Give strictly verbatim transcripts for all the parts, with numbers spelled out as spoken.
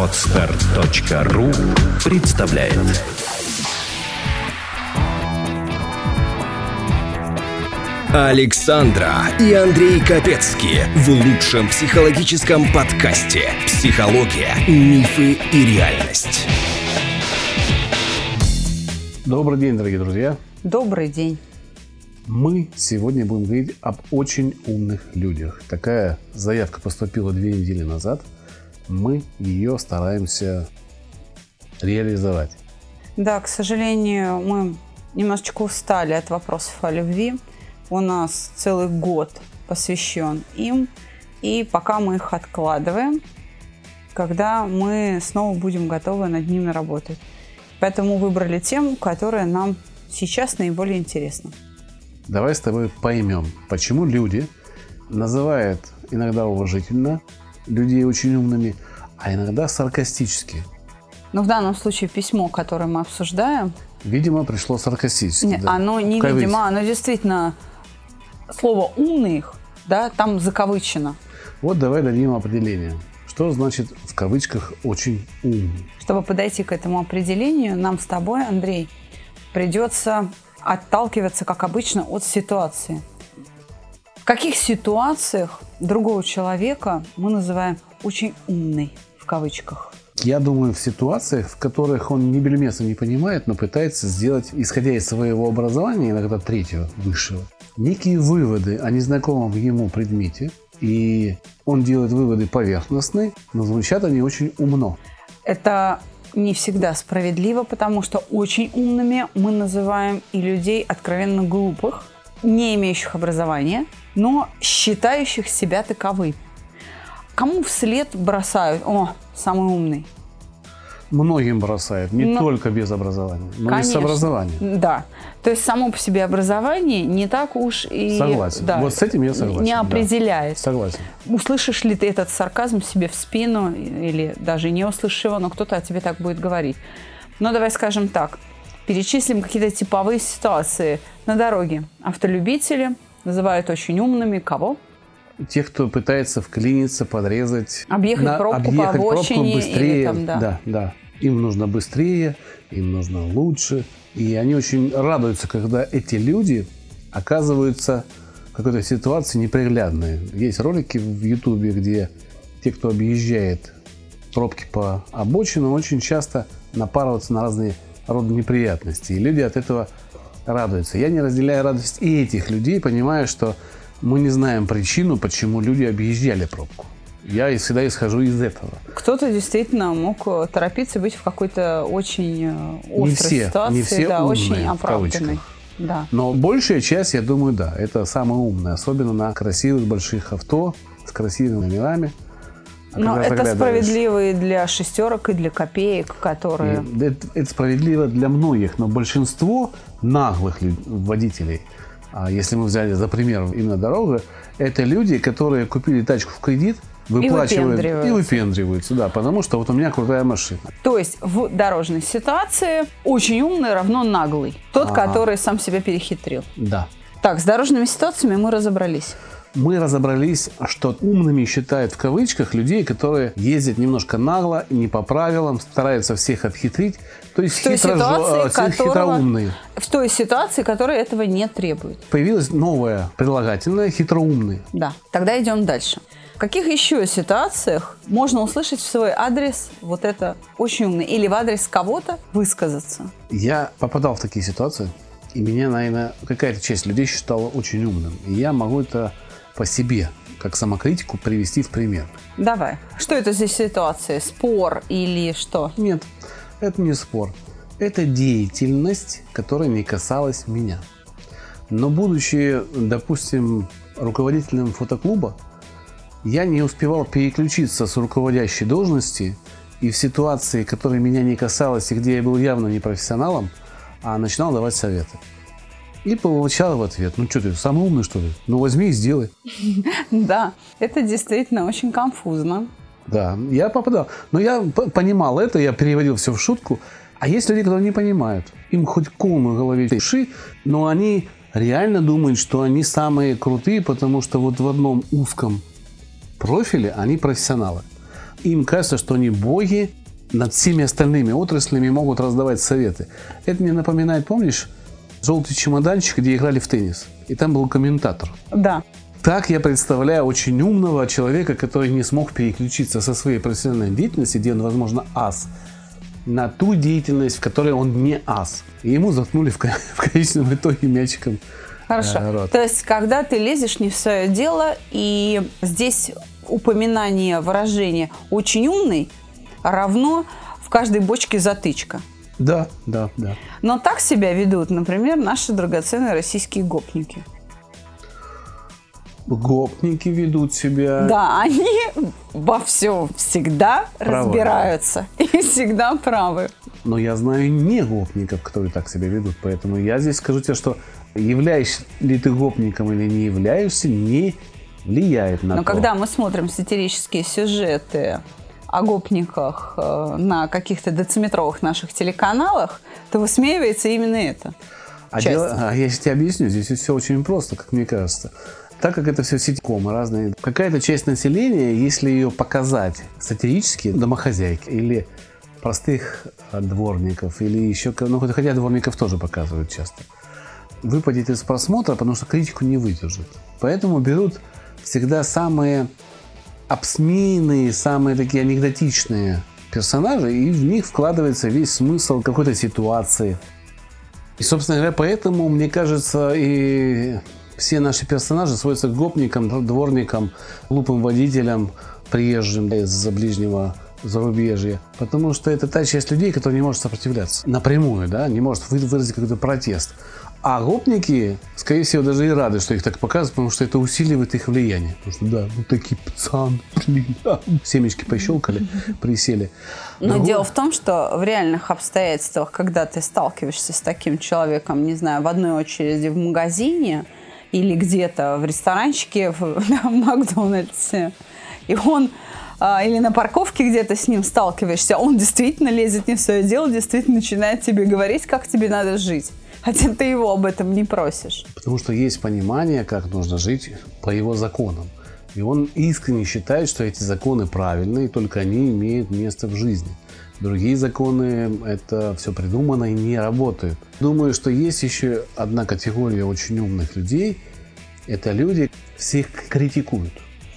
Подстер точка ру представляет. Александра и Андрей Капецки в лучшем психологическом подкасте «Психология, мифы и реальность». Добрый день, дорогие друзья. Добрый день. Мы сегодня будем говорить об очень умных людях. Такая заявка поступила две недели назад. Мы ее стараемся реализовать. Да, к сожалению, мы немножечко устали от вопросов о любви. У нас целый год посвящен им. И пока мы их откладываем, когда мы снова будем готовы над ними работать. Поэтому выбрали тему, которая нам сейчас наиболее интересна. Давай с тобой поймем, почему люди называют иногда уважительно людей очень умными, а иногда саркастически. Но в данном случае письмо, которое мы обсуждаем... Видимо, пришло саркастически. Нет, да. Оно не Кавычки. видимо, оно действительно... Слово «умных», да, там закавычено. Вот давай дадим определение. Что значит в кавычках «очень умный»? Чтобы подойти к этому определению, нам с тобой, Андрей, придется отталкиваться, как обычно, от ситуации. В каких ситуациях другого человека мы называем «очень умный» в кавычках? Я думаю, в ситуациях, в которых он ни бельмеса не понимает, но пытается сделать, исходя из своего образования, иногда третьего, высшего, некие выводы о незнакомом ему предмете, и он делает выводы поверхностные, но звучат они очень умно. Это не всегда справедливо, потому что очень умными мы называем и людей откровенно глупых, не имеющих образования, но считающих себя таковыми. Кому вслед бросают: «О, самый умный». Многим бросают, не но, только без образования, но конечно, и с образованием. Да. То есть само по себе образование не так уж и... Согласен. Да, вот с этим я согласен. Не определяет. Да. Согласен. Услышишь ли ты этот сарказм себе в спину, или даже не услышишь его, но кто-то о тебе так будет говорить. Но давай скажем так. Перечислим какие-то типовые ситуации. На дороге автолюбители называют очень умными кого? Тех, кто пытается вклиниться, подрезать, объехать на, пробку объехать по обочине пробку быстрее. Или там, да. Да, да. Им нужно быстрее, им нужно лучше. И они очень радуются, когда эти люди оказываются в какой-то ситуации неприглядной. Есть ролики в Ютубе, где те, кто объезжает пробки по обочинам, очень часто напарываются на разные роды неприятностей. И люди от этого радуются. Я не разделяю радость и этих людей, понимая, что мы не знаем причину, почему люди объезжали пробку. Я всегда исхожу из этого. Кто-то действительно мог торопиться, быть в какой-то очень острой не все, ситуации, не все да, умные, очень оправданной. Да. Но большая часть, я думаю, да, это самые умные, особенно на красивых больших авто с красивыми номерами. Но это справедливо и для шестерок, и для копеек, которые... Это, это справедливо для многих, но большинство наглых водителей, если мы взяли за пример именно дорогу, это люди, которые купили тачку в кредит, выплачивают и выпендриваются. и выпендриваются, да, потому что вот у меня крутая машина. То есть в дорожной ситуации очень умный равно наглый. Тот, ага. который сам себя перехитрил. Да. Так, с дорожными ситуациями мы разобрались. Мы разобрались, что умными считают в кавычках людей, которые ездят немножко нагло, не по правилам, стараются всех обхитрить. То есть в хитро, ситуации, которого, хитроумные. В той ситуации, которая этого не требует. Появилось новое прилагательное хитроумный. Да, тогда идем дальше. В каких еще ситуациях можно услышать в свой адрес вот это очень умный? Или в адрес кого-то высказаться? Я попадал в такие ситуации, и меня, наверное, какая-то часть людей считала очень умным. И я могу это по себе, как самокритику, привести в пример. Давай. Что это за ситуация? Спор или что? Нет, это не спор. Это деятельность, которая не касалась меня. Но будучи, допустим, руководителем фотоклуба, я не успевал переключиться с руководящей должности и в ситуации, которая меня не касалась и где я был явно не профессионалом, а начинал давать советы. И получал в ответ: ну что ты, самый умный, что ли? Ну возьми и сделай. Да, это действительно очень конфузно. Да, я попадал. Но я понимал это, я переводил все в шутку. А есть люди, которые не понимают. Им хоть кол на голове ши, но они реально думают, что они самые крутые, потому что вот в одном узком профиле они профессионалы. им кажется, что они боги над всеми остальными отраслями, могут раздавать советы. Это мне напоминает, помнишь, «Желтый чемоданчик», где играли в теннис, и там был комментатор. Да. Так я представляю очень умного человека, который не смог переключиться со своей профессиональной деятельности, где он, возможно, ас, на ту деятельность, в которой он не ас. И ему заткнули в, в конечном итоге мячиком. Хорошо. Э, То есть, когда ты лезешь не в свое дело, и здесь упоминание, выражение «очень умный» равно в каждой бочке затычка. Да, да, да. Но так себя ведут, например, наши драгоценные российские гопники. Гопники ведут себя... Да, они во всем всегда правы. разбираются и всегда правы. Но я знаю не гопников, которые так себя ведут. Поэтому я здесь скажу тебе, что являешься ли ты гопником или не являешься, не влияет на Но то. когда мы смотрим сатирические сюжеты о гопниках э, на каких-то дециметровых наших телеканалах, то высмеивается именно это. А, дело, а я тебе объясню, здесь все очень просто, как мне кажется. Так как это все ситкомы разные, какая-то часть населения, если ее показать сатирически, домохозяйки или простых дворников, или еще, ну, хотя дворников тоже показывают часто, выпадет из просмотра, потому что критику не выдержит. Поэтому берут всегда самые обсмеянные, самые такие анекдотичные персонажи, и в них вкладывается весь смысл какой-то ситуации. И, собственно говоря, поэтому, мне кажется, и все наши персонажи сводятся к гопникам, дворникам, глупым водителям, приезжим из-за ближнего зарубежья. Потому что это та часть людей, которая не может сопротивляться напрямую, да, не может выразить какой-то протест. А гопники, скорее всего, даже и рады, что их так показывают, потому что это усиливает их влияние. Потому что, да, ну такие пацаны, блин, да, семечки пощелкали, присели. Но Другое... дело в том, что в реальных обстоятельствах, когда ты сталкиваешься с таким человеком, не знаю, в одной очереди в магазине или где-то в ресторанчике в, в Макдональдсе, и он а, или на парковке где-то с ним сталкиваешься, он действительно лезет не в свое дело, действительно начинает тебе говорить, как тебе надо жить. Хотя ты его об этом не просишь. Потому что есть понимание, как нужно жить по его законам. И он искренне считает, что эти законы правильные, и только они имеют место в жизни. Другие законы – это все придумано и не работают. Думаю, что есть еще одна категория очень умных людей. Это люди, всех критикуют.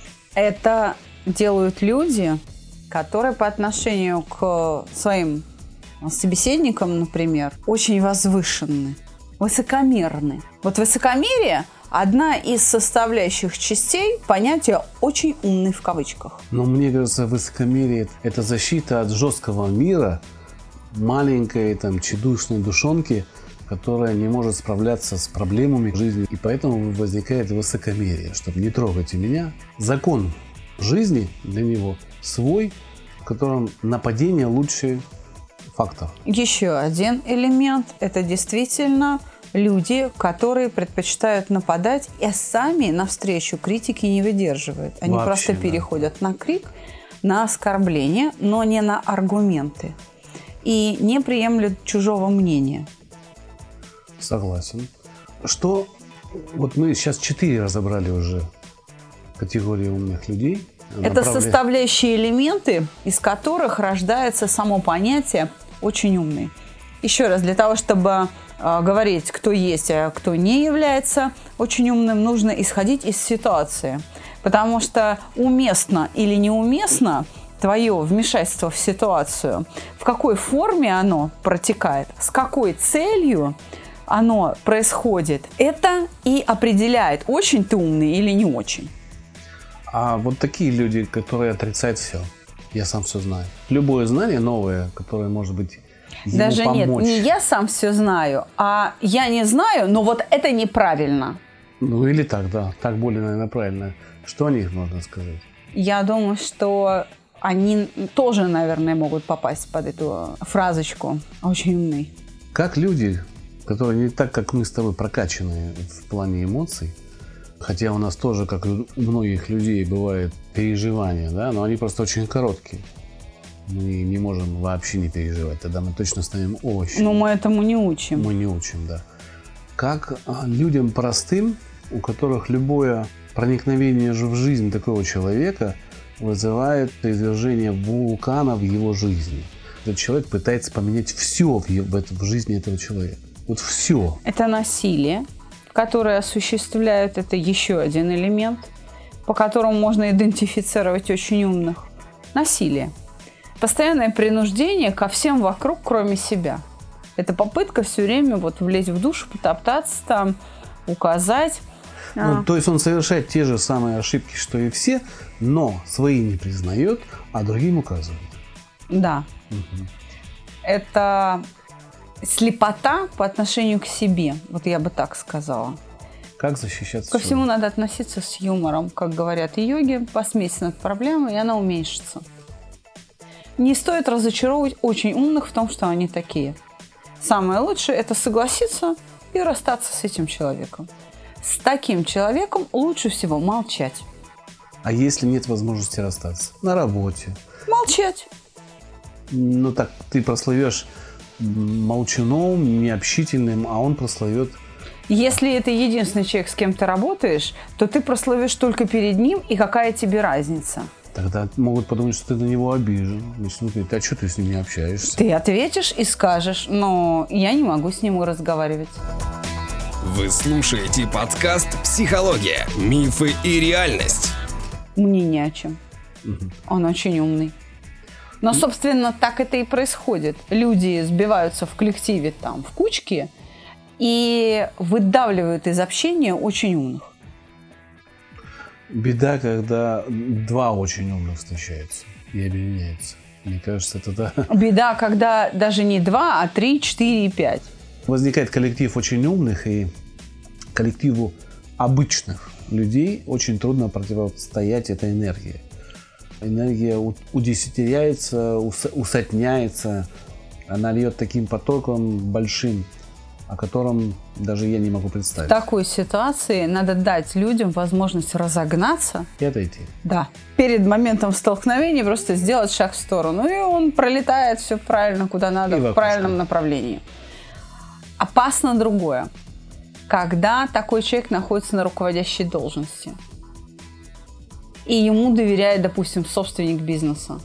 Это делают люди, которые по отношению к своим собеседникам, например, очень возвышенны, высокомерны. Вот высокомерие – одна из составляющих частей понятия «очень умный» в кавычках. Но мне кажется, высокомерие – это защита от жесткого мира маленькой, там, тщедушной душонки, которая не может справляться с проблемами жизни. И поэтому возникает высокомерие, чтобы не трогайте меня. Закон жизни для него свой, в котором нападение лучший фактор. Еще один элемент – это действительно люди, которые предпочитают нападать и сами навстречу критики не выдерживают. Они Вообще, просто да. переходят на крик, на оскорбление, но не на аргументы. И не приемлют чужого мнения. Согласен. Что вот мы сейчас четыре разобрали уже категории умных людей. Это Направля... составляющие элементы, из которых рождается само понятие «очень умный». Еще раз, для того, чтобы э, говорить, кто есть, а кто не является очень умным, нужно исходить из ситуации. Потому что уместно или неуместно твое вмешательство в ситуацию, в какой форме оно протекает, с какой целью оно происходит, это и определяет, очень ты умный или не очень. А вот такие люди, которые отрицают все. Я сам все знаю. Любое знание новое, которое может быть ему Даже помочь. нет, не я сам все знаю, а я не знаю, но вот это неправильно. Ну или так, да. Так более, наверное, правильно. Что о них можно сказать? Я думаю, что они тоже, наверное, могут попасть под эту фразочку «очень умный». Как люди, которые не так, как мы с тобой, прокачаны в плане эмоций, хотя у нас тоже, как у многих людей, бывают переживания, да, но они просто очень короткие. Мы не можем вообще не переживать, тогда мы точно станем овощем. Но мы этому не учим. Мы не учим, да. Как людям простым, у которых любое проникновение же в жизнь такого человека вызывает извержение вулкана в его жизни. Этот человек пытается поменять все в, в, в жизни этого человека. Вот все. Это насилие, которое осуществляют, это еще один элемент, по которому можно идентифицировать очень умных. Насилие. Постоянное принуждение ко всем вокруг, кроме себя. Это попытка все время вот влезть в душу, потоптаться там, указать. Ну, а. То есть он совершает те же самые ошибки, что и все, но свои не признает, а другим указывает. Да. Угу. Это слепота по отношению к себе. Вот я бы так сказала. Как защищаться? Ко всему надо относиться с юмором. Как говорят йоги, посмейся над проблемой, и она уменьшится. Не стоит разочаровывать очень умных в том, что они такие. Самое лучшее – это согласиться и расстаться с этим человеком. С таким человеком лучше всего молчать. А если нет возможности расстаться? На работе. Молчать. Ну так ты прослывешь молчуном, необщительным, а он прослывет... Если это единственный человек, с кем ты работаешь, то ты прослывешь только перед ним, и какая тебе разница? Тогда могут подумать, что ты на него обижен. Начнут говорить, а что ты с ним не общаешься? Ты ответишь и скажешь, но я не могу с ним разговаривать. Вы слушаете подкаст «Психология. Мифы и реальность». Мне не о чем. Угу. Он очень умный. Но, собственно, так это и происходит. Люди сбиваются в коллективе, там, в кучке, и выдавливают из общения очень умных. Беда, когда два очень умных встречаются и объединяются. Мне кажется, это да. Беда, когда даже не два, а три, четыре и пять. Возникает коллектив очень умных, и коллективу обычных людей очень трудно противостоять этой энергии. Энергия удесятеряется, усотняется, она льет таким потоком большим, о котором даже я не могу представить. В такой ситуации надо дать людям возможность разогнаться. И отойти. Да. Перед моментом столкновения просто сделать шаг в сторону, и он пролетает все правильно, куда надо, в правильном направлении. Опасно другое. Когда такой человек находится на руководящей должности, и ему доверяет, допустим, собственник бизнеса.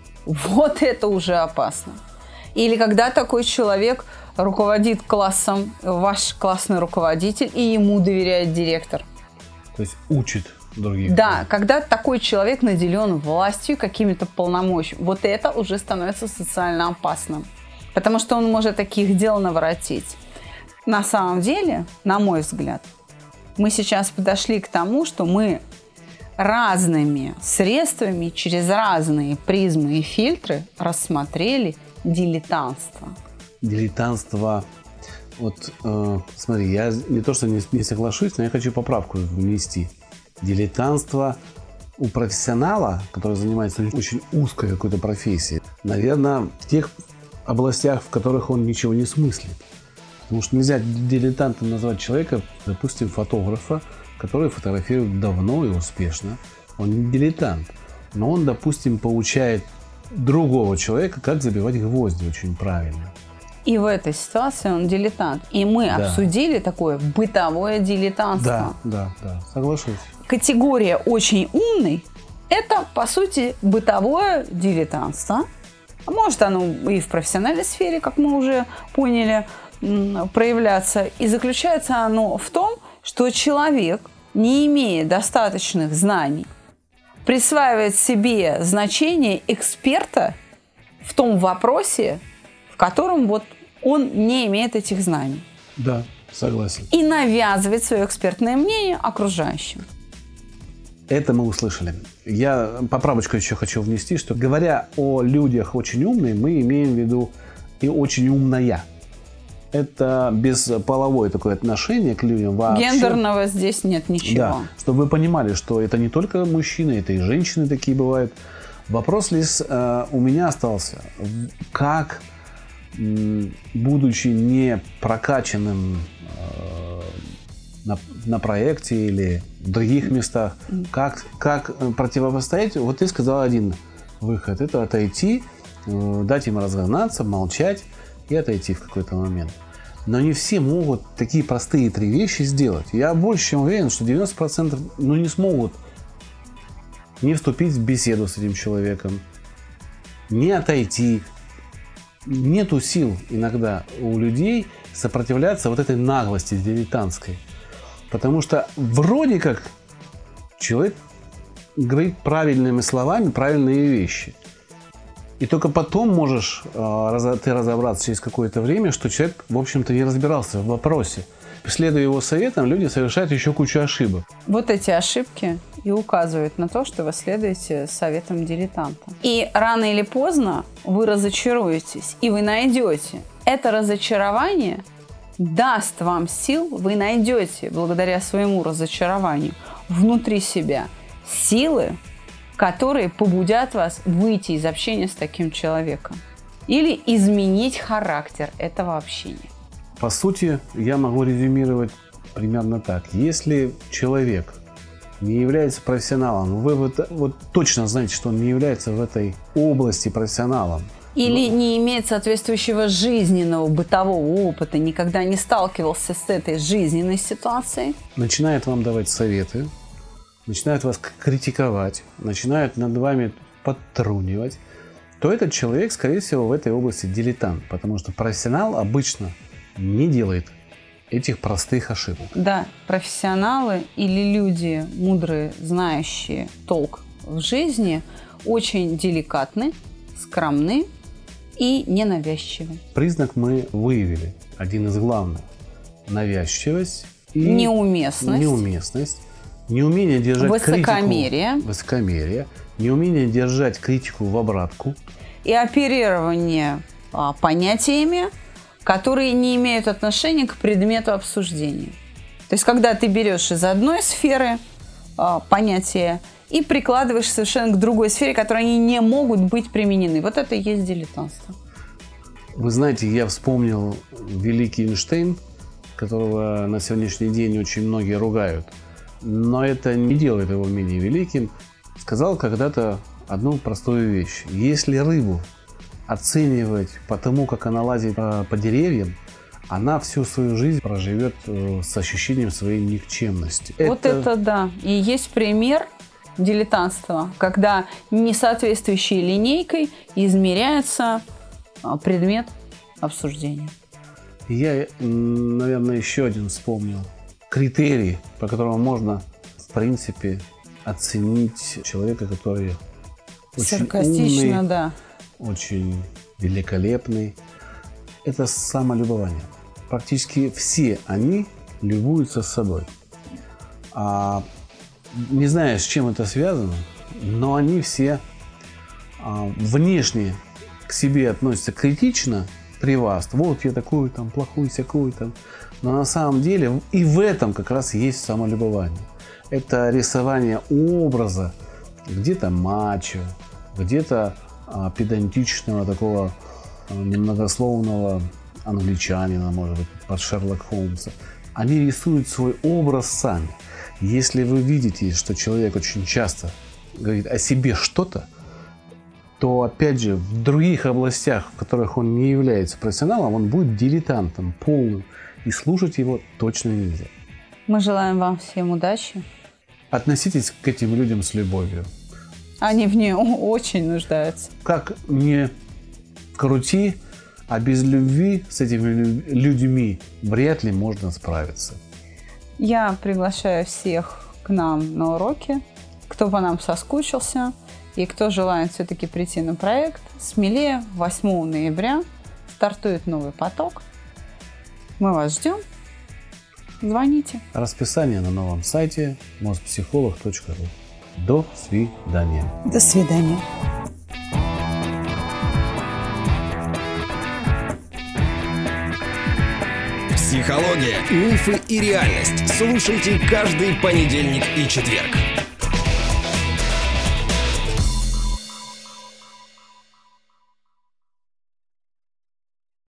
Вот это уже опасно. Или когда такой человек руководит классом, ваш классный руководитель, и ему доверяет директор. То есть учит других. Да, когда такой человек наделен властью, какими-то полномочиями, вот это уже становится социально опасным. Потому что он может таких дел наворотить. На самом деле, на мой взгляд, мы сейчас подошли к тому, что мы разными средствами, через разные призмы и фильтры рассмотрели дилетантство. Дилетантство. Вот э, смотри, я не то что не, не соглашусь, но я хочу поправку внести. Дилетантство у профессионала, который занимается очень узкой какой-то профессией, наверное, в тех областях, в которых он ничего не смыслит. Потому что нельзя дилетантом назвать человека, допустим, фотографа, который фотографирует давно и успешно. Он не дилетант. Но он, допустим, получает другого человека, как забивать гвозди очень правильно. И в этой ситуации он дилетант. И мы да. обсудили такое бытовое дилетантство. Да, да, да, соглашусь. Категория «очень умный» – это, по сути, бытовое дилетантство. А может оно и в профессиональной сфере, как мы уже поняли, проявляться. И заключается оно в том, что человек, не имея достаточных знаний, присваивает себе значение эксперта в том вопросе, в котором вот он не имеет этих знаний. Да, согласен. И навязывает свое экспертное мнение окружающим. Это мы услышали. Я поправочку еще хочу внести, что говоря о людях очень умные, мы имеем в виду и очень умная. Это бесполовое такое отношение к людям вообще. Гендерного здесь нет ничего. Да, чтобы вы понимали, что это не только мужчины, это и женщины такие бывают. Вопрос лишь э, у меня остался. Как, м, будучи не прокачанным э, на, на проекте или в других местах, mm. как, как противопостоять? Вот ты сказал один выход. Это отойти, э, дать им разогнаться, молчать и отойти в какой-то момент. Но не все могут такие простые три вещи сделать. Я больше чем уверен, что девяносто процентов ну, не смогут не вступить в беседу с этим человеком, не отойти. Нету сил иногда у людей сопротивляться вот этой наглости дилетантской. Потому что вроде как человек говорит правильными словами правильные вещи. И только потом можешь э, ты разобраться через какое-то время, что человек, в общем-то, не разбирался в вопросе. Следуя его советам, люди совершают еще кучу ошибок. Вот эти ошибки и указывают на то, что вы следуете советам дилетанта. И рано или поздно вы разочаруетесь, и вы найдете. Это разочарование даст вам сил, вы найдете, благодаря своему разочарованию, внутри себя силы, которые побудят вас выйти из общения с таким человеком или изменить характер этого общения. По сути, я могу резюмировать примерно так. Если человек не является профессионалом, вы вот, вот точно знаете, что он не является в этой области профессионалом. Или Но... не имеет соответствующего жизненного, бытового опыта, никогда не сталкивался с этой жизненной ситуацией. Начинает вам давать советы, начинает вас критиковать, начинает над вами подтрунивать, то этот человек, скорее всего, в этой области дилетант, потому что профессионал обычно не делает этих простых ошибок. Да, профессионалы или люди, мудрые, знающие толк в жизни, очень деликатны, скромны и ненавязчивы. Признак мы выявили, один из главных. Навязчивость и неуместность. неуместность. Неумение держать высокомерие. критику, высокомерие, неумение держать критику в обратку. И оперирование а, понятиями, которые не имеют отношения к предмету обсуждения. То есть, когда ты берешь из одной сферы а, понятия и прикладываешь совершенно к другой сфере, которые они не могут быть применены. Вот это и есть дилетантство. Вы знаете, я вспомнил великий Эйнштейн, которого на сегодняшний день очень многие ругают. Но это не делает его менее великим. Сказал когда-то одну простую вещь. Если рыбу оценивать по тому, как она лазит по, по деревьям, она всю свою жизнь проживет с ощущением своей никчемности. Вот это, это да. И есть пример дилетантства, когда несоответствующей линейкой измеряется предмет обсуждения. Я, наверное, еще один вспомнил. Критерий, по которому можно, в принципе, оценить человека, который очень умный, да. очень великолепный. Это самолюбование. Практически все они любуются собой. А, не знаю, с чем это связано, но они все а, внешне к себе относятся критично при вас. Вот я такой там плохой, сякой там. Но на самом деле и в этом как раз есть самолюбование. Это рисование образа где-то мачо, где-то а, педантичного такого а, немногословного англичанина, может быть, под Шерлок Холмса. Они рисуют свой образ сами. Если вы видите, что человек очень часто говорит о себе что-то, то, опять же, в других областях, в которых он не является профессионалом, он будет дилетантом, полным. И слушать его точно нельзя. Мы желаем вам всем удачи. Относитесь к этим людям с любовью. Они в ней очень нуждаются. Как ни крути, а без любви с этими людьми вряд ли можно справиться. Я приглашаю всех к нам на уроки, кто по нам соскучился и кто желает все-таки прийти на проект. Смелее, восьмого ноября стартует новый поток. Мы вас ждем. Звоните. Расписание на новом сайте мозпсихолог точка ру. До свидания. До свидания. Психология, мифы и реальность. Слушайте каждый понедельник и четверг.